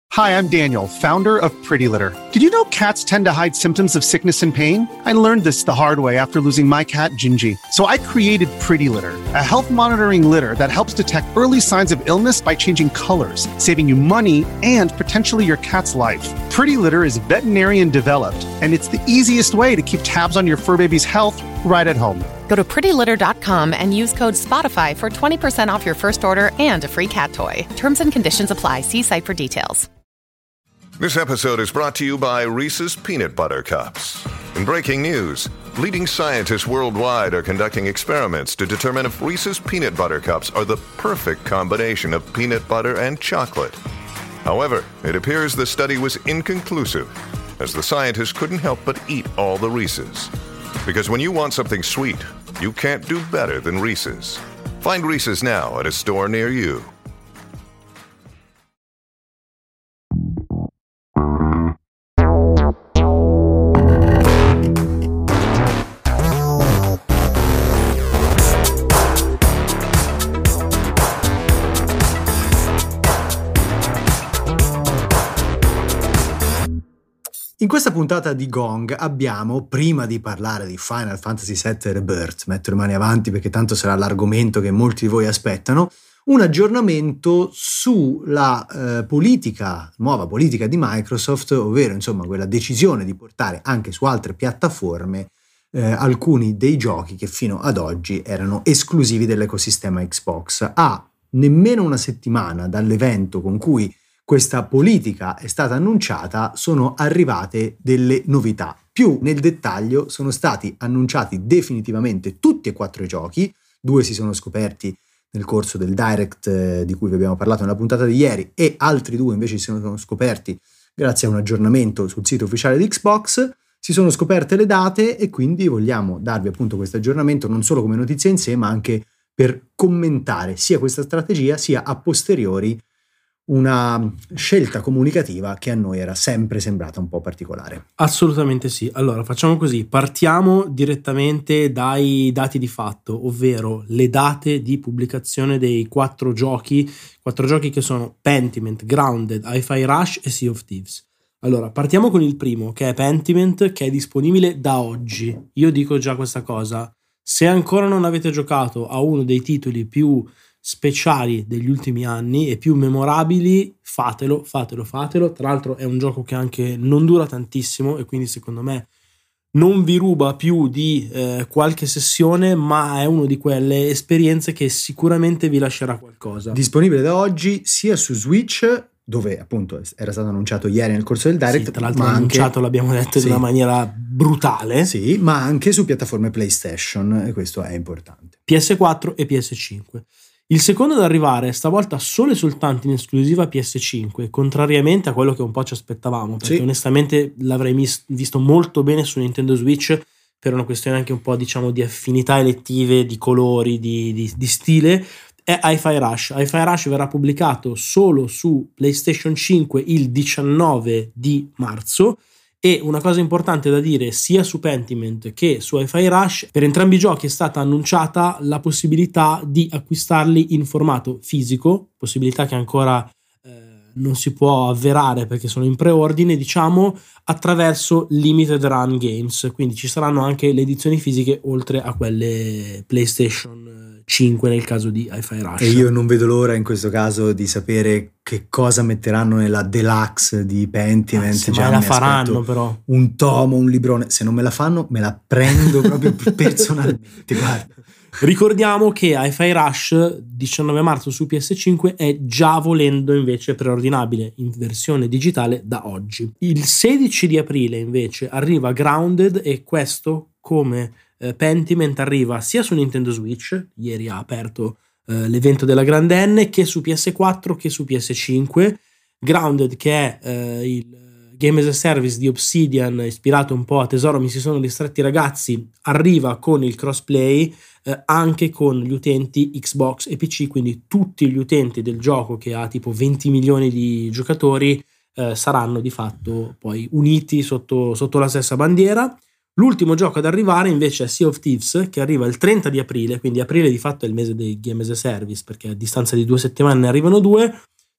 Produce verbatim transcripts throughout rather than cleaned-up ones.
Hi, I'm Daniel, founder of Pretty Litter. Did you know cats tend to hide symptoms of sickness and pain? I learned this the hard way after losing my cat, Gingy. So I created Pretty Litter, a health monitoring litter that helps detect early signs of illness by changing colors, saving you money and potentially your cat's life. Pretty Litter is veterinarian developed, and it's the easiest way to keep tabs on your fur baby's health right at home. Go to pretty litter dot com and use code SPOTIFY for twenty percent off your first order and a free cat toy. Terms and conditions apply. See site for details. This episode is brought to you by Reese's Peanut Butter Cups. In breaking news, leading scientists worldwide are conducting experiments to determine if Reese's Peanut Butter Cups are the perfect combination of peanut butter and chocolate. However, it appears the study was inconclusive, as the scientists couldn't help but eat all the Reese's. Because when you want something sweet, you can't do better than Reese's. Find Reese's now at a store near you. In questa puntata di Gong abbiamo, prima di parlare di Final Fantasy sette Rebirth, metto le mani avanti perché tanto sarà l'argomento che molti di voi aspettano, un aggiornamento sulla eh, politica, nuova politica di Microsoft, ovvero insomma quella decisione di portare anche su altre piattaforme eh, alcuni dei giochi che fino ad oggi erano esclusivi dell'ecosistema Xbox. A nemmeno una settimana dall'evento con cui questa politica è stata annunciata, sono arrivate delle novità. Più nel dettaglio sono stati annunciati definitivamente tutti e quattro i giochi, due si sono scoperti nel corso del Direct eh, di cui vi abbiamo parlato nella puntata di ieri, e altri due invece si sono scoperti grazie a un aggiornamento sul sito ufficiale di Xbox. Si sono scoperte le date e quindi vogliamo darvi appunto questo aggiornamento non solo come notizia in sé, ma anche per commentare sia questa strategia sia a posteriori una scelta comunicativa che a noi era sempre sembrata un po' particolare. Assolutamente sì. Allora facciamo così, partiamo direttamente dai dati di fatto, ovvero le date di pubblicazione dei quattro giochi, quattro giochi che sono Pentiment, Grounded, Hi-Fi Rush e Sea of Thieves. Allora partiamo con il primo, che è Pentiment, che è disponibile da oggi. Io dico già questa cosa, se ancora non avete giocato a uno dei titoli più speciali degli ultimi anni e più memorabili, fatelo, fatelo, fatelo. Tra l'altro è un gioco che anche non dura tantissimo e quindi secondo me non vi ruba più di eh, qualche sessione, ma è una di quelle esperienze che sicuramente vi lascerà qualcosa. Disponibile da oggi sia su Switch, dove appunto era stato annunciato ieri nel corso del Direct, sì, tra l'altro ma annunciato anche, l'abbiamo detto sì, in una maniera brutale, sì, ma anche su piattaforme PlayStation, e questo è importante. P S quattro e P S cinque. Il secondo ad arrivare, stavolta solo e soltanto in esclusiva P S cinque, contrariamente a quello che un po' ci aspettavamo, perché sì, onestamente l'avrei mis- visto molto bene su Nintendo Switch per una questione anche un po' diciamo di affinità elettive, di colori, di, di, di stile, è Hi-Fi Rush. Hi-Fi Rush verrà pubblicato solo su PlayStation cinque il diciannove di marzo. E una cosa importante da dire sia su Pentiment che su Hi-Fi Rush, per entrambi i giochi è stata annunciata la possibilità di acquistarli in formato fisico, possibilità che ancora eh, non si può avverare perché sono in preordine, diciamo, attraverso Limited Run Games, quindi ci saranno anche le edizioni fisiche oltre a quelle PlayStation cinque nel caso di Hi-Fi Rush. E io non vedo l'ora in questo caso di sapere che cosa metteranno nella deluxe di Pentiment. Ah, se mai la faranno però. Un tomo, un librone, se non me la fanno me la prendo proprio personalmente, guarda. Ricordiamo che Hi-Fi Rush diciannove marzo su P S cinque è già volendo invece preordinabile in versione digitale da oggi. Il sedici di aprile invece arriva Grounded, e questo come eh, Pentiment arriva sia su Nintendo Switch, ieri ha aperto eh, l'evento della grande N, che su P S quattro che su P S cinque. Grounded, che è eh, il Game as a Service di Obsidian, ispirato un po' a Tesoro mi si sono distratti ragazzi, arriva con il crossplay eh, anche con gli utenti Xbox e P C, quindi tutti gli utenti del gioco, che ha tipo venti milioni di giocatori, eh, saranno di fatto poi uniti sotto, sotto la stessa bandiera. L'ultimo gioco ad arrivare invece è Sea of Thieves, che arriva il trenta di aprile, quindi aprile di fatto è il mese dei Game as a Service, perché a distanza di due settimane ne arrivano due.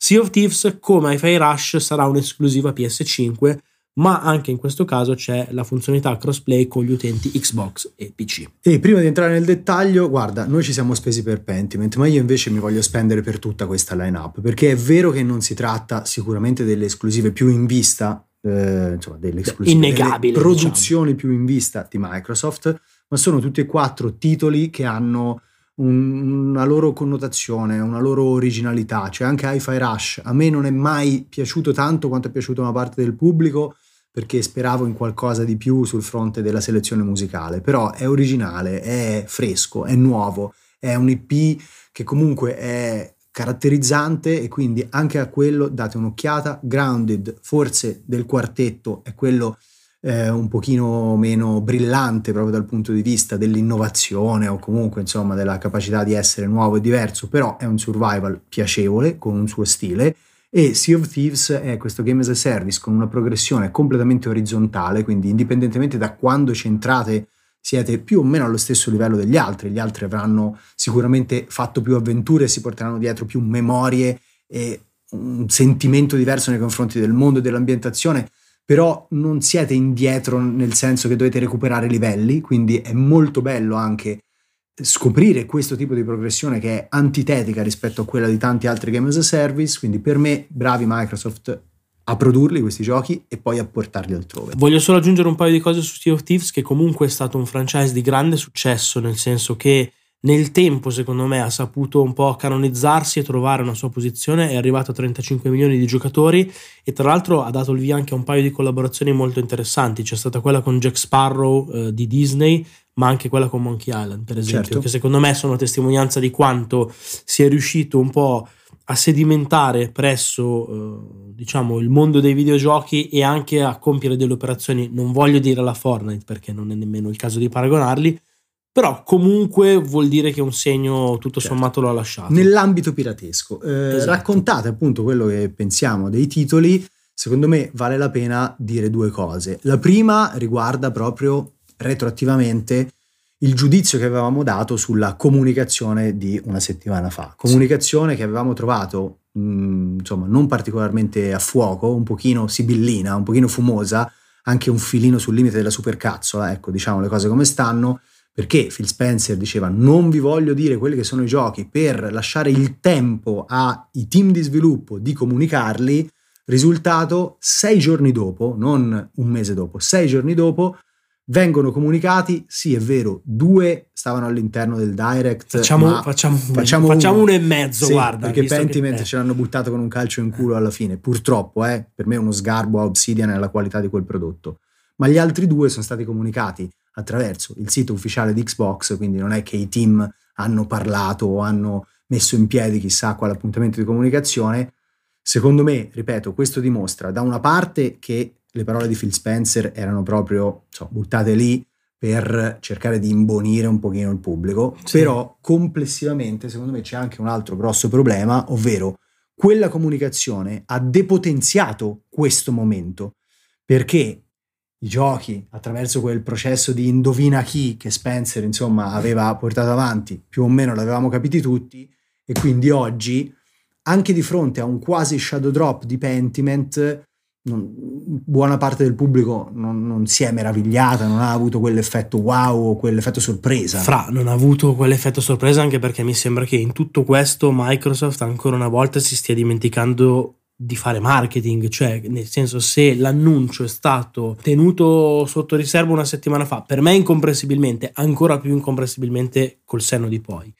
Sea of Thieves, come Hi-Fi Rush, sarà un'esclusiva P S cinque, ma anche in questo caso c'è la funzionalità crossplay con gli utenti Xbox e P C. E prima di entrare nel dettaglio, guarda, noi ci siamo spesi per Pentiment, ma io invece mi voglio spendere per tutta questa line-up, perché è vero che non si tratta sicuramente delle esclusive più in vista, eh, insomma delle esclusive, innegabile, delle produzioni diciamo. più in vista di Microsoft, ma sono tutti e quattro titoli che hanno un, una loro connotazione, una loro originalità. Cioè anche Hi-Fi Rush a me non è mai piaciuto tanto quanto è piaciuto a una parte del pubblico, perché speravo in qualcosa di più sul fronte della selezione musicale, però è originale, è fresco, è nuovo, è un I P che comunque è caratterizzante, e quindi anche a quello date un'occhiata. Grounded, forse del quartetto, è quello eh, un pochino meno brillante proprio dal punto di vista dell'innovazione, o comunque insomma della capacità di essere nuovo e diverso, però è un survival piacevole con un suo stile. E Sea of Thieves è questo game as a service con una progressione completamente orizzontale, quindi indipendentemente da quando ci entrate siete più o meno allo stesso livello degli altri. Gli altri avranno sicuramente fatto più avventure, si porteranno dietro più memorie e un sentimento diverso nei confronti del mondo e dell'ambientazione, però non siete indietro nel senso che dovete recuperare livelli, quindi è molto bello anche scoprire questo tipo di progressione che è antitetica rispetto a quella di tanti altri game as a service. Quindi per me bravi Microsoft a produrli questi giochi e poi a portarli altrove. Voglio solo aggiungere un paio di cose su Sea of Thieves, che comunque è stato un franchise di grande successo, nel senso che nel tempo secondo me ha saputo un po' canonizzarsi e trovare una sua posizione, è arrivato a trentacinque milioni di giocatori e tra l'altro ha dato il via anche a un paio di collaborazioni molto interessanti. C'è stata quella con Jack Sparrow eh, di Disney, ma anche quella con Monkey Island per esempio, certo, che secondo me sono testimonianza di quanto si è riuscito un po' a sedimentare presso eh, diciamo il mondo dei videogiochi e anche a compiere delle operazioni, non voglio dire alla Fortnite perché non è nemmeno il caso di paragonarli, però comunque vuol dire che un segno tutto certo. sommato lo ha lasciato nell'ambito piratesco. Eh, esatto. Raccontate appunto quello che pensiamo dei titoli. Secondo me vale la pena dire due cose. La prima riguarda proprio retroattivamente il giudizio che avevamo dato sulla comunicazione di una settimana fa, comunicazione sì. che avevamo trovato mh, insomma non particolarmente a fuoco, un pochino sibillina, un pochino fumosa, anche un filino sul limite della supercazzola, ecco, diciamo le cose come stanno, perché Phil Spencer diceva non vi voglio dire quelli che sono i giochi per lasciare il tempo ai team di sviluppo di comunicarli. Risultato, sei giorni dopo, non un mese dopo, sei giorni dopo vengono comunicati. Sì, è vero, due stavano all'interno del direct, facciamo, ma facciamo, facciamo, facciamo uno. uno e mezzo, sì, guarda, perché Pentiment che... ce l'hanno buttato con un calcio in culo alla fine, purtroppo, eh, per me è uno sgarbo a Obsidian nella qualità di quel prodotto, ma gli altri due sono stati comunicati attraverso il sito ufficiale di Xbox, quindi non è che i team hanno parlato o hanno messo in piedi chissà quale appuntamento di comunicazione. Secondo me, ripeto, questo dimostra da una parte che le parole di Phil Spencer erano proprio so, buttate lì per cercare di imbonire un pochino il pubblico, sì. però complessivamente secondo me c'è anche un altro grosso problema, ovvero quella comunicazione ha depotenziato questo momento, perché i giochi, attraverso quel processo di indovina chi che Spencer insomma aveva portato avanti, più o meno l'avevamo capiti tutti, e quindi oggi anche di fronte a un quasi shadow drop di Pentiment non, buona parte del pubblico non, non si è meravigliata, non ha avuto quell'effetto wow o quell'effetto sorpresa. Fra, non ha avuto quell'effetto sorpresa anche perché mi sembra che in tutto questo Microsoft ancora una volta si stia dimenticando di fare marketing, cioè nel senso, se l'annuncio è stato tenuto sotto riserva una settimana fa, per me incomprensibilmente, ancora più incomprensibilmente col senno di poi,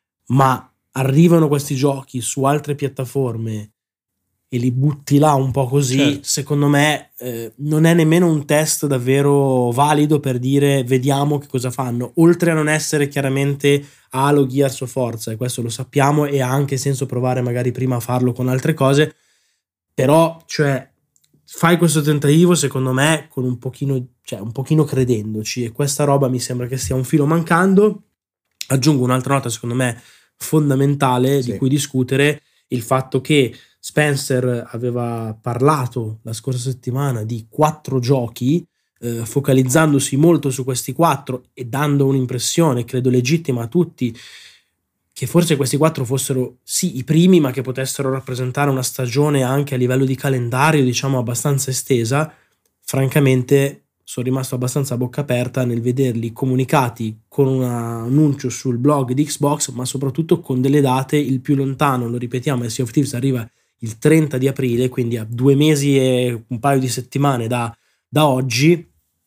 ma arrivano questi giochi su altre piattaforme e li butti là un po' così, certo. secondo me eh, non è nemmeno un test davvero valido per dire vediamo che cosa fanno, oltre a non essere chiaramente Halo, Gears o Forza, e questo lo sappiamo, e ha anche senso provare magari prima a farlo con altre cose, però cioè fai questo tentativo secondo me con un pochino, cioè un pochino credendoci, e questa roba mi sembra che stia un filo mancando. Aggiungo un'altra nota secondo me fondamentale sì. di cui discutere, il fatto che Spencer aveva parlato la scorsa settimana di quattro giochi, eh, focalizzandosi molto su questi quattro e dando un'impressione, credo legittima a tutti, che forse questi quattro fossero sì i primi, ma che potessero rappresentare una stagione anche a livello di calendario, diciamo, abbastanza estesa, francamente sono rimasto abbastanza a bocca aperta nel vederli comunicati con un annuncio sul blog di Xbox, ma soprattutto con delle date. Il più lontano, lo ripetiamo, Sea of Thieves arriva il trenta di aprile, quindi a due mesi e un paio di settimane da, da oggi.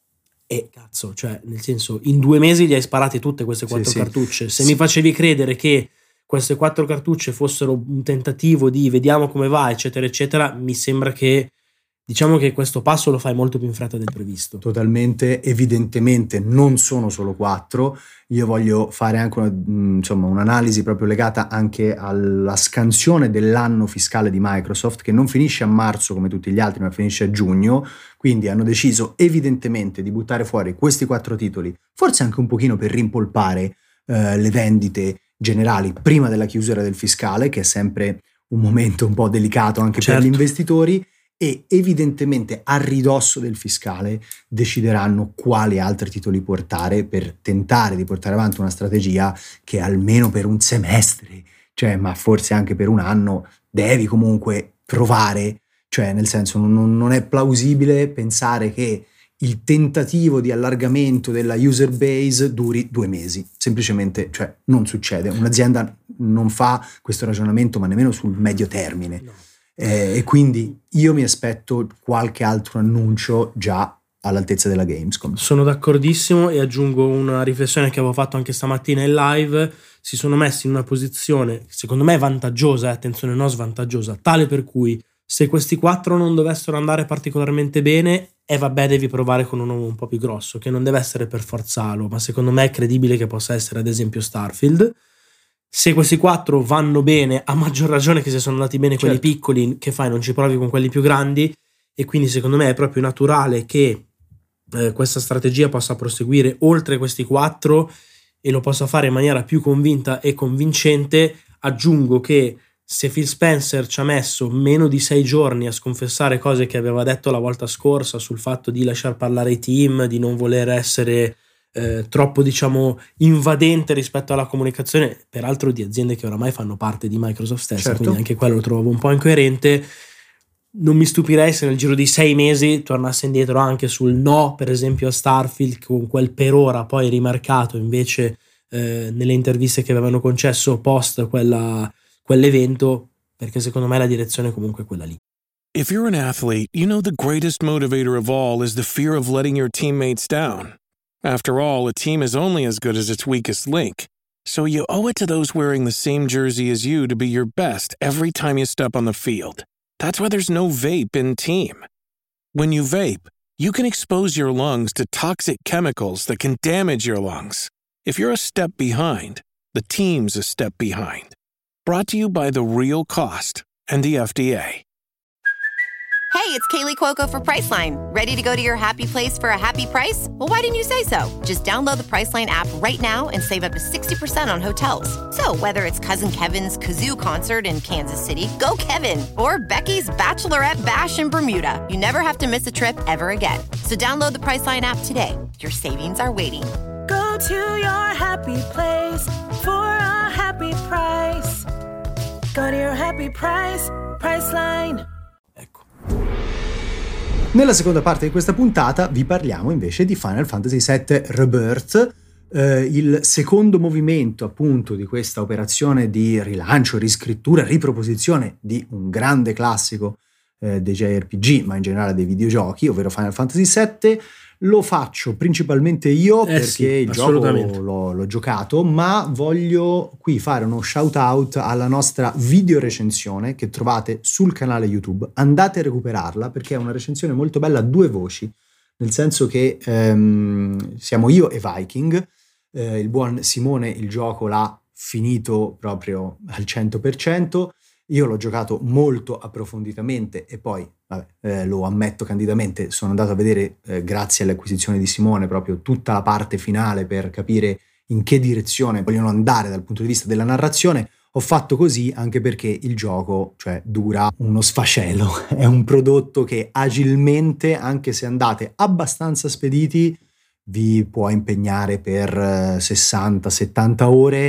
E cazzo, cioè nel senso, in due mesi gli hai sparate tutte queste quattro sì, cartucce. Se sì. mi facevi credere che queste quattro cartucce fossero un tentativo di vediamo come va, eccetera eccetera, mi sembra che, diciamo che questo passo lo fai molto più in fretta del previsto. Totalmente, evidentemente non sono solo quattro. Io voglio fare anche una, insomma, un'analisi proprio legata anche alla scansione dell'anno fiscale di Microsoft, che non finisce a marzo come tutti gli altri, ma finisce a giugno. Quindi hanno deciso evidentemente di buttare fuori questi quattro titoli, forse anche un pochino per rimpolpare eh, le vendite generali prima della chiusura del fiscale, che è sempre un momento un po' delicato anche certo. per gli investitori. E evidentemente a ridosso del fiscale decideranno quali altri titoli portare per tentare di portare avanti una strategia che almeno per un semestre, cioè ma forse anche per un anno, devi comunque provare, cioè nel senso non, non è plausibile pensare che il tentativo di allargamento della user base duri due mesi, semplicemente cioè non succede, un'azienda non fa questo ragionamento ma nemmeno sul medio termine. No. Eh, e quindi io mi aspetto qualche altro annuncio già all'altezza della Gamescom. Sono d'accordissimo e aggiungo una riflessione che avevo fatto anche stamattina in live. Si sono messi in una posizione secondo me vantaggiosa, eh, attenzione non svantaggiosa, tale per cui se questi quattro non dovessero andare particolarmente bene, e eh, vabbè devi provare con uno un po' più grosso, che non deve essere per forza Halo, ma secondo me è credibile che possa essere ad esempio Starfield. Se questi quattro vanno bene, a maggior ragione che se sono andati bene certo. quelli piccoli, che fai, non ci provi con quelli più grandi, e quindi secondo me è proprio naturale che eh, questa strategia possa proseguire oltre questi quattro e lo possa fare in maniera più convinta e convincente. Aggiungo che se Phil Spencer ci ha messo meno di sei giorni a sconfessare cose che aveva detto la volta scorsa sul fatto di lasciar parlare i team, di non voler essere Eh, troppo diciamo invadente rispetto alla comunicazione, peraltro di aziende che oramai fanno parte di Microsoft stessa, certo. quindi anche quello lo trovo un po' incoerente. Non mi stupirei se nel giro di sei mesi tornasse indietro anche sul no, per esempio a Starfield, con quel per ora poi rimarcato invece eh, nelle interviste che avevano concesso post quella, quell'evento, perché secondo me la direzione è comunque quella lì. If you're an athlete, you know the greatest motivator of all is the fear of letting your teammates down. After all, a team is only as good as its weakest link. So you owe it to those wearing the same jersey as you to be your best every time you step on the field. That's why there's no vape in team. When you vape, you can expose your lungs to toxic chemicals that can damage your lungs. If you're a step behind, the team's a step behind. Brought to you by The Real Cost and the F D A. Hey, it's Kaylee Cuoco for Priceline. Ready to go to your happy place for a happy price? Well, why didn't you say so? Just download the Priceline app right now and save up to sixty percent on hotels. So whether it's Cousin Kevin's Kazoo Concert in Kansas City, go Kevin, or Becky's Bachelorette Bash in Bermuda, you never have to miss a trip ever again. So download the Priceline app today. Your savings are waiting. Go to your happy place for a happy price. Go to your happy price, Priceline. Nella seconda parte di questa puntata vi parliamo invece di Final Fantasy sette Rebirth, eh, il secondo movimento appunto di questa operazione di rilancio, riscrittura, riproposizione di un grande classico eh, dei J R P G, ma in generale dei videogiochi, ovvero Final Fantasy sette. Lo faccio principalmente io eh perché sì, il gioco l'ho, l'ho giocato, ma voglio qui fare uno shout out alla nostra video recensione che trovate sul canale YouTube. Andate a recuperarla perché è una recensione molto bella a due voci, nel senso che ehm, siamo io e Viking, eh, il buon Simone il gioco l'ha finito proprio al cento per cento, io l'ho giocato molto approfonditamente e poi vabbè, eh, lo ammetto candidamente, sono andato a vedere eh, grazie alle acquisizioni di Simone proprio tutta la parte finale per capire in che direzione vogliono andare dal punto di vista della narrazione. Ho fatto così anche perché il gioco, cioè, dura uno sfascello, è un prodotto che agilmente, anche se andate abbastanza spediti, vi può impegnare per sessanta settanta ore,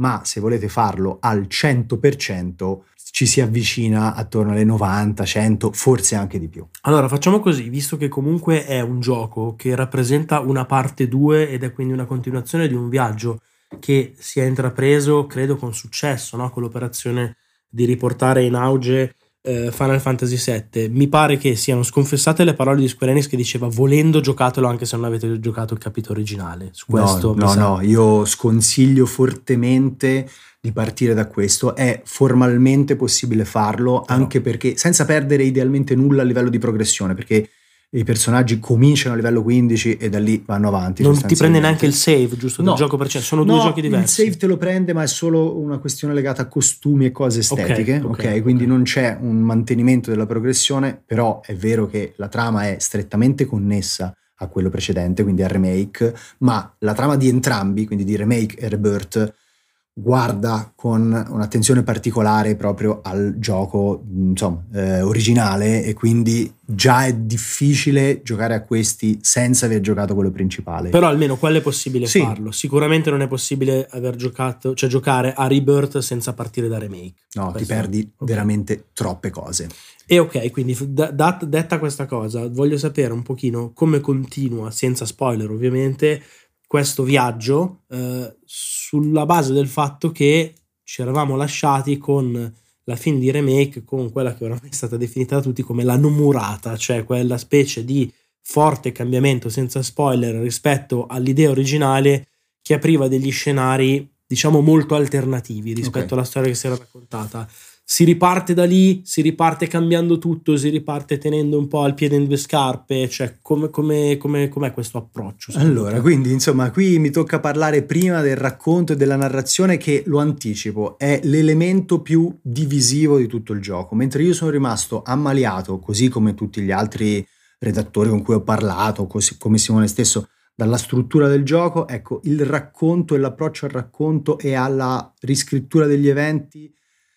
ma se volete farlo al cento per cento ci si avvicina attorno alle novanta, cento, forse anche di più. Allora facciamo così, visto che comunque è un gioco che rappresenta una parte due ed è quindi una continuazione di un viaggio che si è intrapreso, credo, con successo, no? Con l'operazione di riportare in auge eh, Final Fantasy sette. Mi pare che siano sconfessate le parole di Square Enix che diceva volendo giocatelo anche se non avete giocato il capitolo originale. Su questo no, no, no, io sconsiglio fortemente di partire da questo. È formalmente possibile farlo, anche no. perché senza perdere idealmente nulla a livello di progressione, perché i personaggi cominciano a livello quindici e da lì vanno avanti. Non ti prende neanche il save, giusto? No, del gioco per cento. Sono due no, giochi diversi. Il save te lo prende, ma è solo una questione legata a costumi e cose estetiche. Ok, okay, okay quindi okay. non c'è un mantenimento della progressione, però è vero che la trama è strettamente connessa a quello precedente, quindi al remake, ma la trama di entrambi, quindi di remake e rebirth, guarda con un'attenzione particolare proprio al gioco, insomma, eh, originale, e quindi già è difficile giocare a questi senza aver giocato quello principale. Però almeno quello è possibile sì. farlo. Sicuramente non è possibile aver giocato, cioè giocare a Rebirth senza partire da remake. No, Questo ti perdi okay. veramente troppe cose. E ok, quindi da, da, detta questa cosa, voglio sapere un pochino come continua, senza spoiler ovviamente, questo viaggio eh, sulla base del fatto che ci eravamo lasciati con la fine di remake, con quella che oramai è stata definita da tutti come la numurata, cioè quella specie di forte cambiamento senza spoiler rispetto all'idea originale che apriva degli scenari diciamo molto alternativi rispetto okay. alla storia che si era raccontata. Si riparte da lì, si riparte cambiando tutto, si riparte tenendo un po' al piede in due scarpe, cioè come, come, come, com'è questo approccio? Allora, te? Quindi insomma qui mi tocca parlare prima del racconto e della narrazione, che lo anticipo, è l'elemento più divisivo di tutto il gioco, mentre io sono rimasto ammaliato, così come tutti gli altri redattori con cui ho parlato, così come Simone stesso, dalla struttura del gioco. Ecco, il racconto e l'approccio al racconto e alla riscrittura degli eventi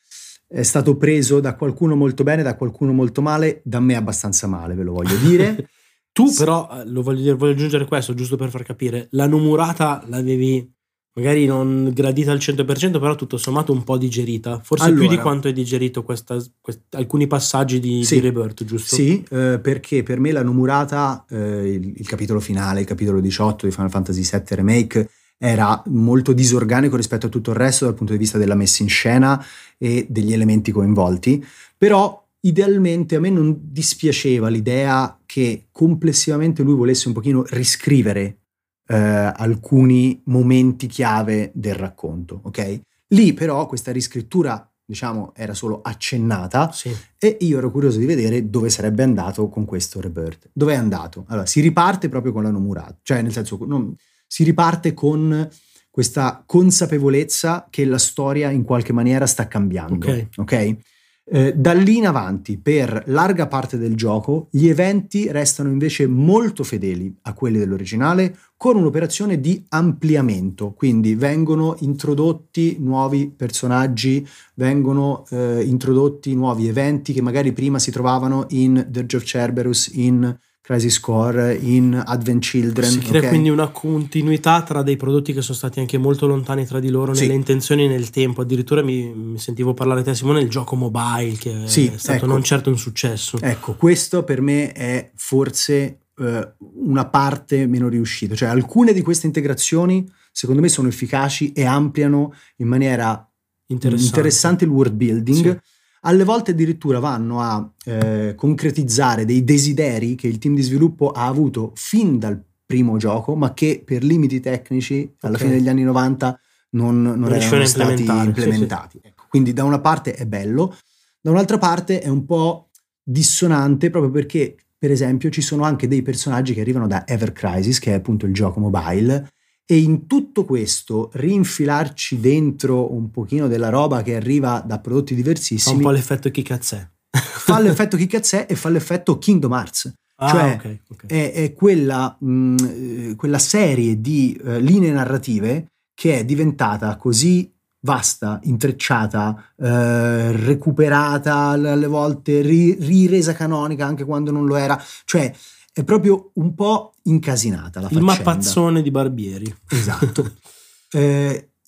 è stato preso da qualcuno molto bene, da qualcuno molto male, da me abbastanza male, ve lo voglio dire. Tu però, lo voglio dire, voglio aggiungere questo, giusto per far capire, la numurata l'avevi magari non gradita al cento per cento, però tutto sommato un po' digerita, forse allora, più di quanto hai digerito questa, quest, alcuni passaggi di, sì, di Rebirth, giusto? Sì, eh, perché per me la numurata, eh, il, il capitolo finale, il capitolo diciotto di Final Fantasy sette Remake, era molto disorganico rispetto a tutto il resto dal punto di vista della messa in scena e degli elementi coinvolti, però idealmente a me non dispiaceva l'idea che complessivamente lui volesse un pochino riscrivere eh, alcuni momenti chiave del racconto, ok? Lì però questa riscrittura, diciamo, era solo accennata, sì. E io ero curioso di vedere dove sarebbe andato con questo Rebirth. Dove è andato? Allora, si riparte proprio con la numurata, cioè nel senso non si riparte con questa consapevolezza che la storia in qualche maniera sta cambiando, ok? okay? Eh, da lì in avanti, per larga parte del gioco, gli eventi restano invece molto fedeli a quelli dell'originale, con un'operazione di ampliamento, quindi vengono introdotti nuovi personaggi, vengono eh, introdotti nuovi eventi che magari prima si trovavano in Dirge of Cerberus, in Crisis Core, in Advent Children. Si crea okay? quindi una continuità tra dei prodotti che sono stati anche molto lontani tra di loro, sì. nelle intenzioni e nel tempo. Addirittura mi, mi sentivo parlare te, Simone, del gioco mobile, che sì, è stato ecco, non certo un successo. Ecco, questo per me è forse eh, una parte meno riuscita. Cioè alcune di queste integrazioni secondo me sono efficaci e ampliano in maniera interessante, interessante il world building. Sì. Alle volte addirittura vanno a eh, concretizzare dei desideri che il team di sviluppo ha avuto fin dal primo gioco, ma che per limiti tecnici alla okay. fine degli anni novanta non, non, non erano stati implementati. Sì, sì. Ecco, quindi da una parte è bello, da un'altra parte è un po' dissonante, proprio perché per esempio ci sono anche dei personaggi che arrivano da Ever Crisis, che è appunto il gioco mobile, e in tutto questo rinfilarci dentro un pochino della roba che arriva da prodotti diversissimi fa un po' l'effetto chi cazzè fa l'effetto chi cazzè e fa l'effetto Kingdom Hearts, ah, cioè okay, okay. È, è quella, mh, quella serie di uh, linee narrative che è diventata così vasta, intrecciata, eh, recuperata alle volte, ri- riresa canonica anche quando non lo era, cioè è proprio un po' incasinata la faccenda. Il mappazzone di Barbieri. Esatto. eh,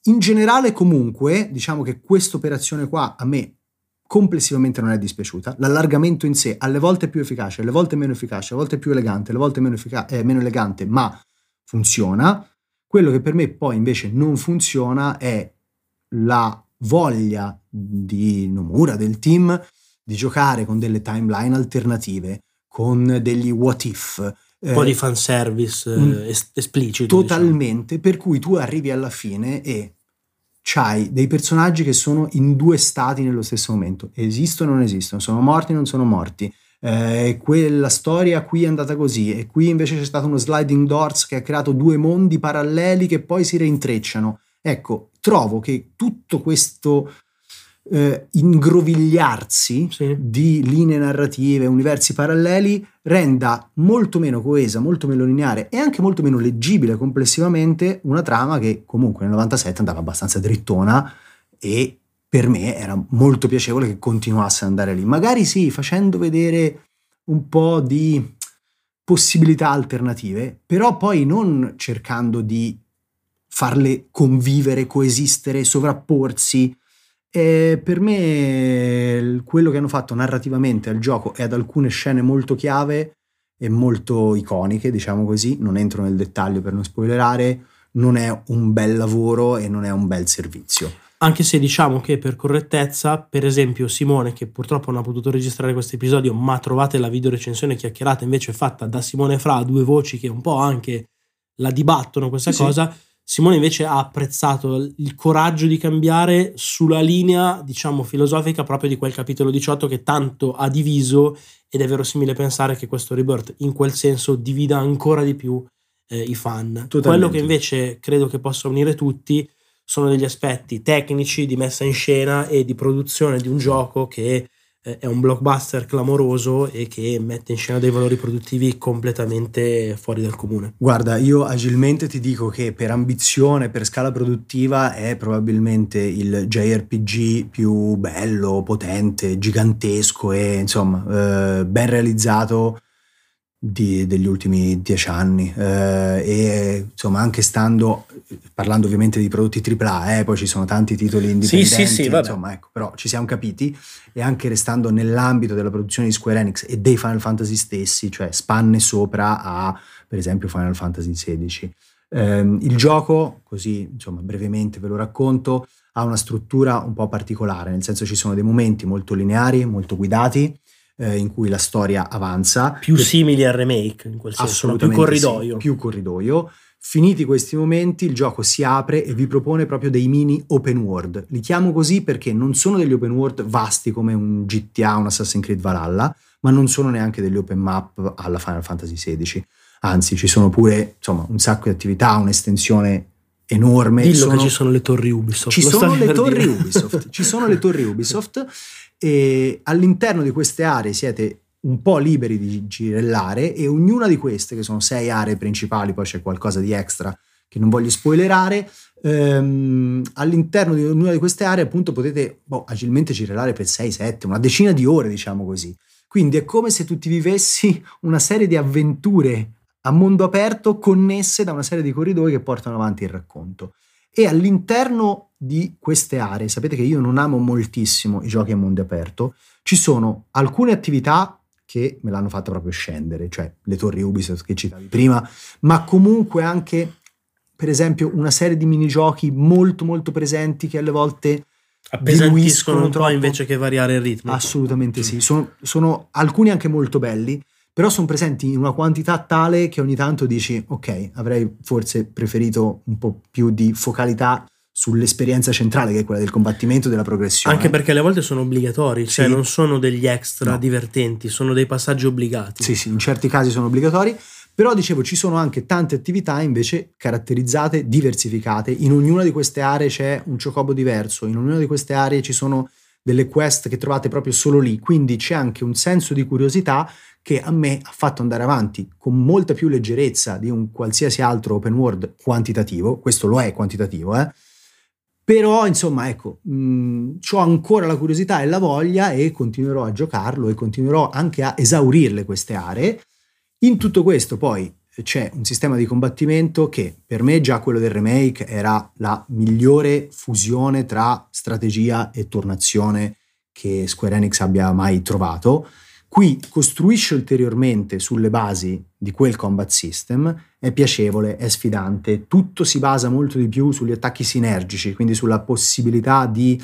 in generale comunque diciamo che questa operazione qua a me complessivamente non è dispiaciuta. L'allargamento in sé alle volte è più efficace, alle volte meno efficace, alle volte più elegante, alle volte meno, effica- eh, meno elegante, ma funziona. Quello che per me poi invece non funziona è la voglia di Nomura, del team, di giocare con delle timeline alternative, con degli what if, un po' di fanservice eh, es- esplicito totalmente, diciamo. Per cui tu arrivi alla fine e c'hai dei personaggi che sono in due stati nello stesso momento, esistono o non esistono, sono morti o non sono morti, eh, quella storia qui è andata così e qui invece c'è stato uno sliding doors che ha creato due mondi paralleli che poi si reintrecciano. Ecco, trovo che tutto questo eh, ingrovigliarsi sì. di linee narrative, universi paralleli renda molto meno coesa, molto meno lineare e anche molto meno leggibile complessivamente una trama che comunque nel novantasette andava abbastanza drittona e per me era molto piacevole che continuasse ad andare lì, magari sì, facendo vedere un po' di possibilità alternative, però poi non cercando di farle convivere, coesistere, sovrapporsi. E per me quello che hanno fatto narrativamente al gioco e ad alcune scene molto chiave e molto iconiche, diciamo così, non entro nel dettaglio per non spoilerare, non è un bel lavoro e non è un bel servizio. Anche se diciamo che per correttezza, per esempio Simone, che purtroppo non ha potuto registrare questo episodio, ma trovate la video recensione chiacchierata invece fatta da Simone Fra, due voci che un po' anche la dibattono questa sì, cosa, sì. Simone invece ha apprezzato il coraggio di cambiare sulla linea, diciamo, filosofica proprio di quel capitolo diciotto che tanto ha diviso, ed è verosimile pensare che questo Rebirth in quel senso divida ancora di più eh, i fan. Totalmente. Quello che invece credo che possa unire tutti sono degli aspetti tecnici di messa in scena e di produzione di un gioco che eh, è un blockbuster clamoroso e che mette in scena dei valori produttivi completamente fuori dal comune. Guarda, io agilmente ti dico che per ambizione, per scala produttiva è probabilmente il J R P G più bello, potente, gigantesco e insomma eh, ben realizzato Di, degli ultimi dieci anni eh, e insomma anche stando parlando ovviamente di prodotti tripla eh, poi ci sono tanti titoli indipendenti sì, sì, sì, insomma ecco, però ci siamo capiti, e anche restando nell'ambito della produzione di Square Enix e dei Final Fantasy stessi, cioè spanne sopra a per esempio Final Fantasy sedici. Eh, il gioco, così insomma brevemente ve lo racconto, ha una struttura un po' particolare, nel senso ci sono dei momenti molto lineari, molto guidati, in cui la storia avanza più per... simili al remake in quel senso, assolutamente più corridoio sì, più corridoio. Finiti questi momenti il gioco si apre e vi propone proprio dei mini open world, li chiamo così perché non sono degli open world vasti come un G T A, un Assassin's Creed Valhalla, ma non sono neanche degli open map alla Final Fantasy sedici, anzi ci sono pure insomma un sacco di attività, un'estensione enorme. Dillo sono... che ci sono le torri Ubisoft. Ci sono le torri dire. Ubisoft. Ci sono le torri Ubisoft e all'interno di queste aree siete un po' liberi di girellare e ognuna di queste, che sono sei aree principali, poi c'è qualcosa di extra che non voglio spoilerare, ehm, all'interno di ognuna di queste aree appunto potete boh, agilmente girellare per sei sette, una decina di ore diciamo così. Quindi è come se tu ti vivessi una serie di avventure a mondo aperto connesse da una serie di corridoi che portano avanti il racconto. E all'interno di queste aree, sapete che io non amo moltissimo i giochi a mondo aperto, ci sono alcune attività che me l'hanno fatta proprio scendere, cioè le torri Ubisoft che citavi prima, ma comunque anche per esempio una serie di minigiochi molto molto presenti che alle volte appesantiscono un po' invece che variare il ritmo. Assolutamente sì, sono, sono alcuni anche molto belli, però sono presenti in una quantità tale che ogni tanto dici ok, avrei forse preferito un po' più di focalità sull'esperienza centrale che è quella del combattimento e della progressione. Anche perché alle volte sono obbligatori, cioè sì. non sono degli extra no. divertenti, sono dei passaggi obbligati. Sì, sì, in certi casi sono obbligatori, però dicevo ci sono anche tante attività invece caratterizzate, diversificate, in ognuna di queste aree c'è un chocobo diverso, in ognuna di queste aree ci sono delle quest che trovate proprio solo lì, quindi c'è anche un senso di curiosità che a me ha fatto andare avanti con molta più leggerezza di un qualsiasi altro open world quantitativo, questo lo è quantitativo, eh? Però insomma ecco, ho ancora la curiosità e la voglia e continuerò a giocarlo e continuerò anche a esaurirle queste aree. In tutto questo poi c'è un sistema di combattimento che per me già quello del remake era la migliore fusione tra strategia e turnazione che Square Enix abbia mai trovato. Qui costruisce ulteriormente sulle basi di quel combat system, è piacevole, è sfidante, tutto si basa molto di più sugli attacchi sinergici, quindi sulla possibilità di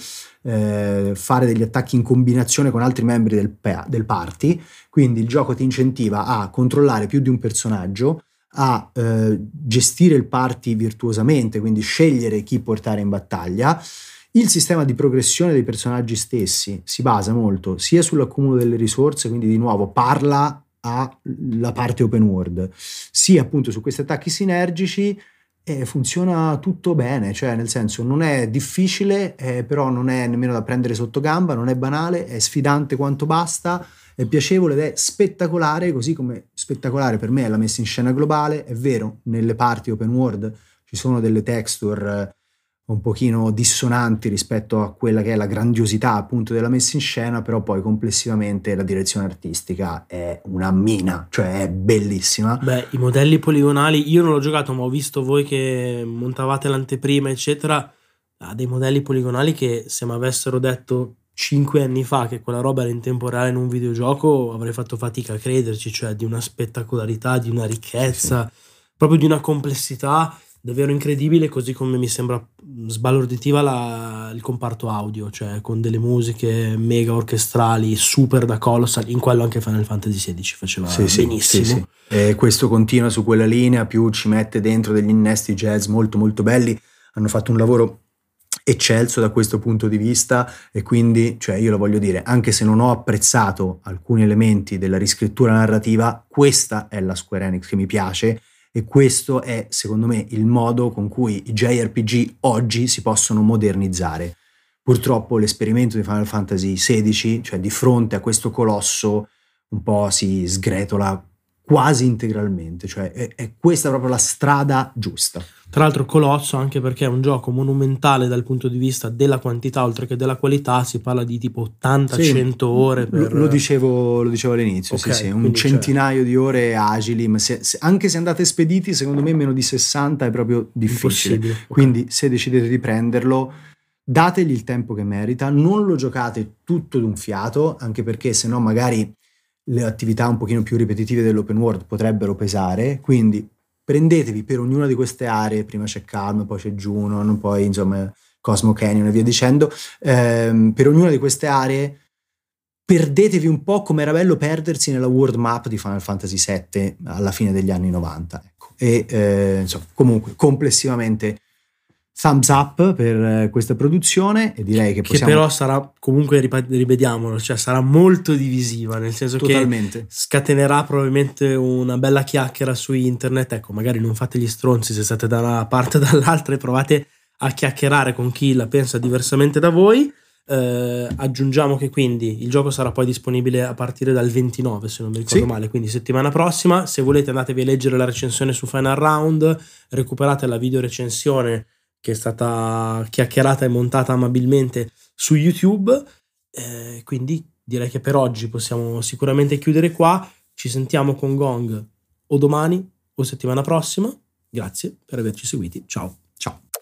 eh, fare degli attacchi in combinazione con altri membri del, del party, quindi il gioco ti incentiva a controllare più di un personaggio, a eh, gestire il party virtuosamente, quindi scegliere chi portare in battaglia. Il sistema di progressione dei personaggi stessi si basa molto sia sull'accumulo delle risorse, quindi di nuovo parla alla parte open world, sia appunto su questi attacchi sinergici, e funziona tutto bene, cioè nel senso non è difficile, eh, però non è nemmeno da prendere sotto gamba, non è banale, è sfidante quanto basta, è piacevole ed è spettacolare, così come spettacolare per me è la messa in scena globale. È vero, nelle parti open world ci sono delle texture un pochino dissonanti rispetto a quella che è la grandiosità appunto della messa in scena, però poi complessivamente la direzione artistica è una mina, cioè è bellissima. Beh, i modelli poligonali, io non l'ho giocato ma ho visto voi che montavate l'anteprima eccetera, ha dei modelli poligonali che se mi avessero detto cinque anni fa che quella roba era in tempo reale in un videogioco avrei fatto fatica a crederci, cioè di una spettacolarità, di una ricchezza, sì, proprio di una complessità davvero incredibile, così come mi sembra sbalorditiva la, il comparto audio, cioè con delle musiche mega orchestrali super da colossal. In quello anche Final Fantasy sedici faceva sì, benissimo. Sì, sì. E questo continua su quella linea, più ci mette dentro degli innesti jazz molto molto belli. Hanno fatto un lavoro eccelso da questo punto di vista, e quindi cioè io lo voglio dire, anche se non ho apprezzato alcuni elementi della riscrittura narrativa, questa è la Square Enix che mi piace. E questo è, secondo me, il modo con cui i J R P G oggi si possono modernizzare. Purtroppo l'esperimento di Final Fantasy sedici, cioè di fronte a questo colosso, un po' si sgretola quasi integralmente, cioè è, è questa proprio la strada giusta. Tra l'altro colosso anche perché è un gioco monumentale dal punto di vista della quantità oltre che della qualità, si parla di tipo ottanta cento sì, ore per... lo, lo dicevo lo dicevo all'inizio, okay, sì sì, un centinaio c'è... di ore agili, ma se, se, anche se andate spediti secondo me meno di sessanta è proprio difficile, okay. Quindi se decidete di prenderlo dategli il tempo che merita, non lo giocate tutto d'un fiato, anche perché sennò magari le attività un pochino più ripetitive dell'open world potrebbero pesare, quindi prendetevi per ognuna di queste aree, prima c'è Calm, poi c'è Junon, poi insomma Cosmo Canyon e via dicendo, ehm, per ognuna di queste aree perdetevi un po' come era bello perdersi nella world map di Final Fantasy sette alla fine degli anni novanta, ecco. E eh, insomma comunque complessivamente thumbs up per questa produzione, e direi che possiamo... Che però sarà, comunque rivediamolo, cioè sarà molto divisiva, nel senso Totalmente. Che scatenerà probabilmente una bella chiacchiera su internet. Ecco, magari non fate gli stronzi se state da una parte o dall'altra e provate a chiacchierare con chi la pensa diversamente da voi. Eh, aggiungiamo che quindi il gioco sarà poi disponibile a partire dal ventinove, se non mi ricordo sì. male, quindi settimana prossima. Se volete andatevi a leggere la recensione su Final Round, recuperate la video recensione che è stata chiacchierata e montata amabilmente su YouTube, eh, quindi direi che per oggi possiamo sicuramente chiudere qua. Ci sentiamo con Gong o domani o settimana prossima. Grazie per averci seguiti, ciao. Ciao.